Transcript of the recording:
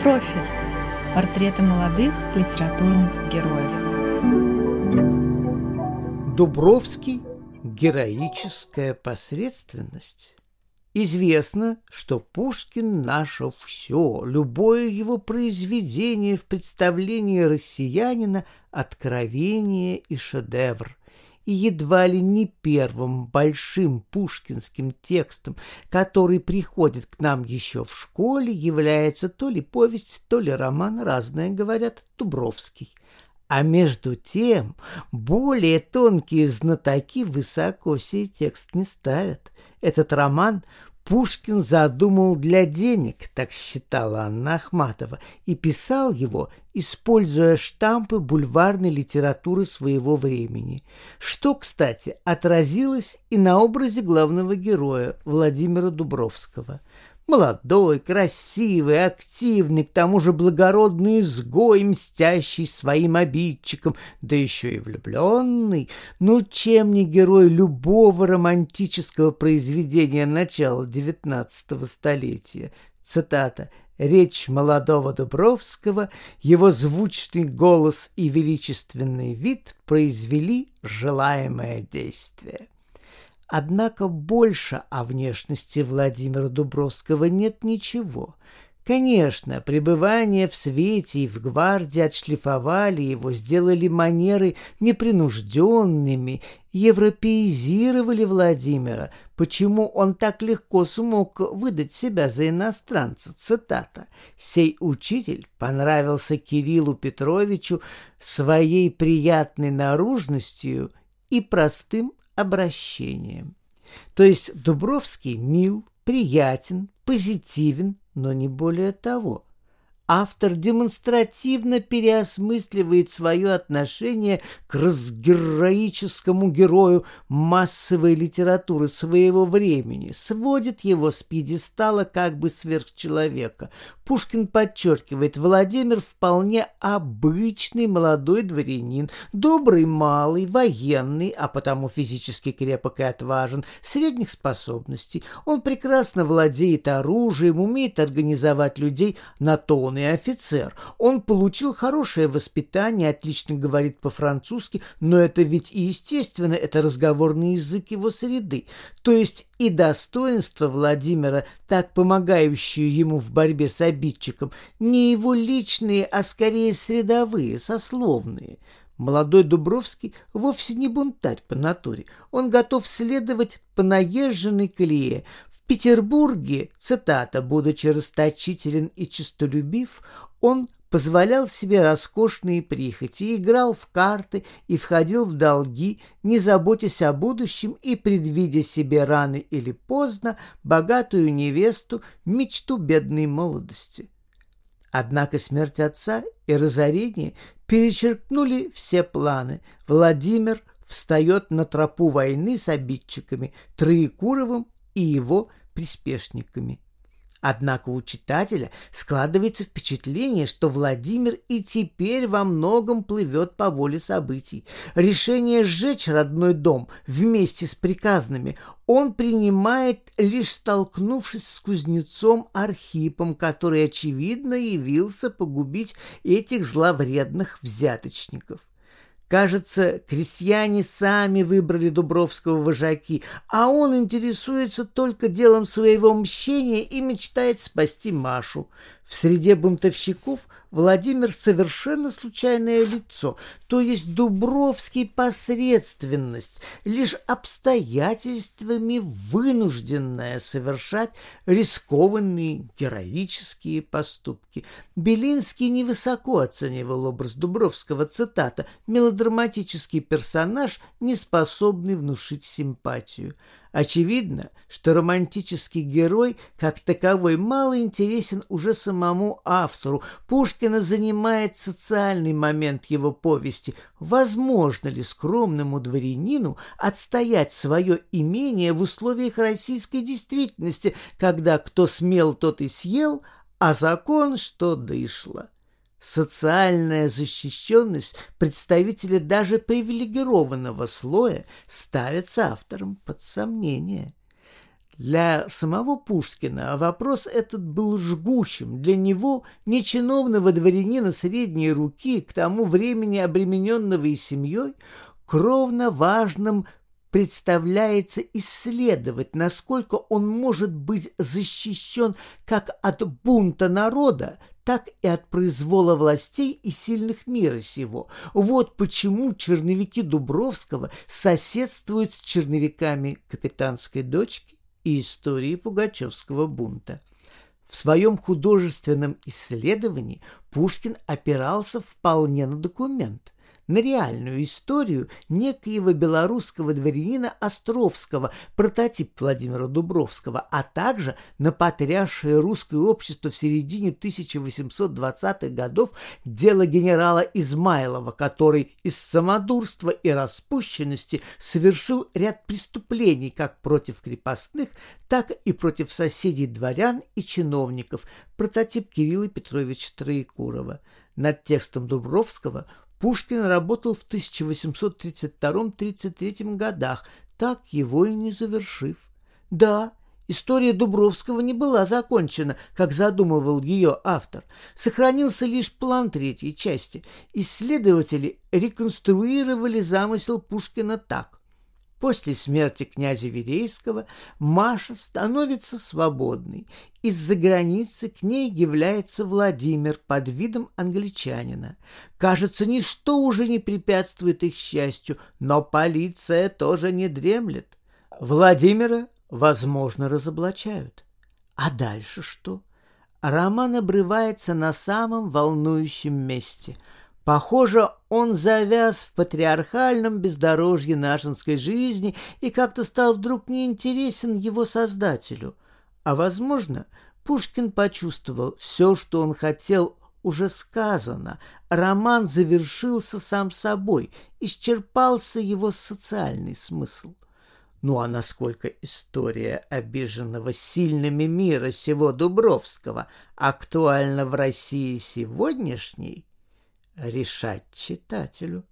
Профиль. Портреты молодых литературных героев. Дубровский. Героическая посредственность. Известно, что Пушкин — наше все, любое его произведение в представлении россиянина — откровение и шедевр. И едва ли не первым большим пушкинским текстом, который приходит к нам еще в школе, является то ли повесть, то ли роман, разное говорят, Дубровский. А между тем, более тонкие знатоки высоко сей текст не ставят. Этот роман Пушкин задумал для денег, так считала Анна Ахматова, и писал его, используя штампы бульварной литературы своего времени, что, кстати, отразилось и на образе главного героя Владимира Дубровского. Молодой, красивый, активный, к тому же благородный изгой, мстящий своим обидчикам, да еще и влюбленный. Ну, чем не герой любого романтического произведения начала XIX столетия? Цитата. «Речь молодого Дубровского, его звучный голос и величественный вид произвели желаемое действие». Однако больше о внешности Владимира Дубровского нет ничего. Конечно, пребывание в свете и в гвардии отшлифовали его, сделали манеры непринужденными, европеизировали Владимира. Почему он так легко смог выдать себя за иностранца? Цитата. «Сей учитель понравился Кириллу Петровичу своей приятной наружностью и простым обращением». То есть Дубровский мил, приятен, позитивен, но не более того. Автор демонстративно переосмысливает свое отношение к разгероическому герою массовой литературы своего времени, сводит его с пьедестала как бы сверхчеловека. Пушкин подчеркивает, Владимир вполне обычный молодой дворянин, добрый, малый, военный, а потому физически крепок и отважен, средних способностей. Он прекрасно владеет оружием, умеет организовать людей, на то он и офицер. Он получил хорошее воспитание, отлично говорит по-французски, но это ведь и естественно, это разговорный язык его среды. То есть и достоинства Владимира, так помогающие ему в борьбе с обидчиком, не его личные, а скорее средовые, сословные. Молодой Дубровский вовсе не бунтарь по натуре. Он готов следовать по наезженной колее. В Петербурге, цитата, «будучи расточителен и честолюбив, он позволял себе роскошные прихоти, играл в карты и входил в долги, не заботясь о будущем и предвидя себе рано или поздно богатую невесту, мечту бедной молодости». Однако смерть отца и разорение перечеркнули все планы. Владимир встает на тропу войны с обидчиками, Троекуровым и его приспешниками. Однако у читателя складывается впечатление, что Владимир и теперь во многом плывет по воле событий. Решение сжечь родной дом вместе с приказными он принимает, лишь столкнувшись с кузнецом Архипом, который, очевидно, явился погубить этих зловредных взяточников. Кажется, крестьяне сами выбрали Дубровского вожаки, а он интересуется только делом своего мщения и мечтает спасти Машу. В среде бунтовщиков Владимир совершенно случайное лицо, то есть Дубровский посредственность, лишь обстоятельствами вынужденная совершать рискованные героические поступки. Белинский невысоко оценивал образ Дубровского, цитата, «мелодраматический персонаж, не способный внушить симпатию». Очевидно, что романтический герой как таковой мало интересен уже самому автору. Пушкина занимает социальный момент его повести. Возможно ли скромному дворянину отстоять свое имение в условиях российской действительности, когда кто смел, тот и съел, а закон что дышло? Социальная защищенность представителя даже привилегированного слоя ставится автором под сомнение. Для самого Пушкина вопрос этот был жгучим. Для него, нечиновного дворянина средней руки, к тому времени обремененного и семьей, кровно важным представляется исследовать, насколько он может быть защищен как от бунта народа, так и от произвола властей и сильных мира сего. Вот почему черновики Дубровского соседствуют с черновиками «Капитанской дочки» и истории Пугачевского бунта. В своем художественном исследовании Пушкин опирался вполне на документ, на реальную историю некоего белорусского дворянина Островского, прототип Владимира Дубровского, а также на потрясшее русское общество в середине 1820-х годов дело генерала Измайлова, который из самодурства и распущенности совершил ряд преступлений как против крепостных, так и против соседей дворян и чиновников, прототип Кирилла Петровича Троекурова. Над текстом Дубровского Пушкин работал в 1832-33 годах, так его и не завершив. Да, история Дубровского не была закончена, как задумывал ее автор. Сохранился лишь план третьей части. Исследователи реконструировали замысел Пушкина так. После смерти князя Верейского Маша становится свободной. Из-за границы к ней является Владимир под видом англичанина. Кажется, ничто уже не препятствует их счастью, но полиция тоже не дремлет. Владимира, возможно, разоблачают. А дальше что? Роман обрывается на самом волнующем месте – похоже, он завяз в патриархальном бездорожье нашинской жизни и как-то стал вдруг неинтересен его создателю. А, возможно, Пушкин почувствовал, все, что он хотел, уже сказано. Роман завершился сам собой, исчерпался его социальный смысл. Ну а насколько история обиженного сильными мира сего Дубровского актуальна в России сегодняшней, решать читателю.